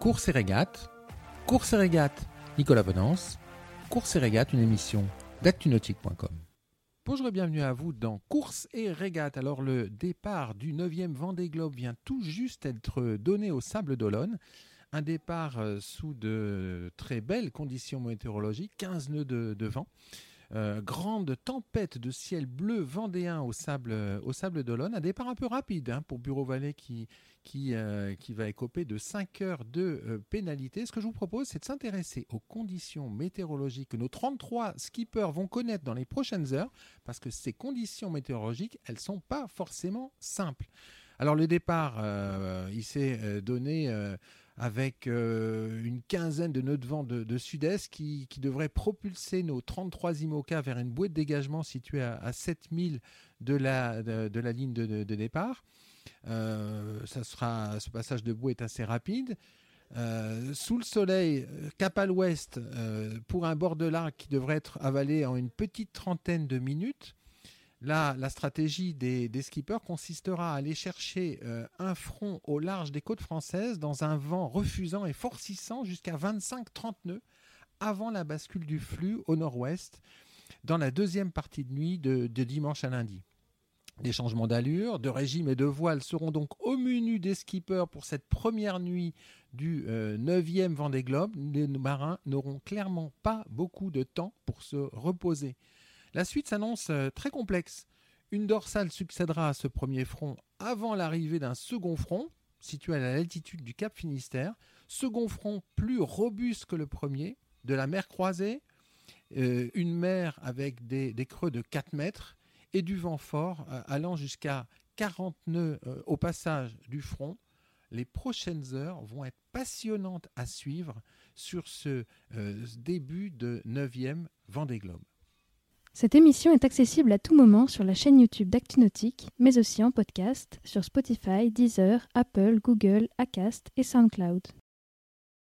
Course et régate, Nicolas Bonance, Course et régate, une émission d'actunautique.com. Bonjour et bienvenue à vous dans Course et régate. Alors le départ du 9e Vendée Globe vient tout juste être donné au Sables d'Olonne. Un départ sous de très belles conditions météorologiques, 15 nœuds de vent. Grande tempête de ciel bleu vendéen au sable d'Olonne. Un départ un peu rapide pour Bureau Vallée qui va écoper de 5 heures de pénalité. Ce que je vous propose, c'est de s'intéresser aux conditions météorologiques que nos 33 skippers vont connaître dans les prochaines heures, parce que ces conditions météorologiques, elles ne sont pas forcément simples. Alors le départ, il s'est donné avec une quinzaine de nœuds de vent de sud-est qui devraient propulser nos 33 IMOCA vers une bouée de dégagement située à 7000 de la ligne de départ. Ce passage de bouée est assez rapide. Sous le soleil, cap à l'ouest, pour un bord de lac qui devrait être avalé en une petite trentaine de minutes. Là, la stratégie des skippers consistera à aller chercher un front au large des côtes françaises dans un vent refusant et forcissant jusqu'à 25-30 nœuds avant la bascule du flux au nord-ouest dans la deuxième partie de nuit de dimanche à lundi. Des changements d'allure, de régime et de voile seront donc au menu des skippers pour cette première nuit du 9e Vendée Globe. Les marins n'auront clairement pas beaucoup de temps pour se reposer. La suite s'annonce très complexe. Une dorsale succédera à ce premier front avant l'arrivée d'un second front, situé à la latitude du Cap Finistère. Second front plus robuste que le premier, de la mer croisée, une mer avec des creux de 4 mètres et du vent fort allant jusqu'à 40 nœuds au passage du front. Les prochaines heures vont être passionnantes à suivre sur ce début de 9e Vendée Globe. Cette émission est accessible à tout moment sur la chaîne YouTube d'ActuNautique, mais aussi en podcast sur Spotify, Deezer, Apple, Google, Acast et SoundCloud.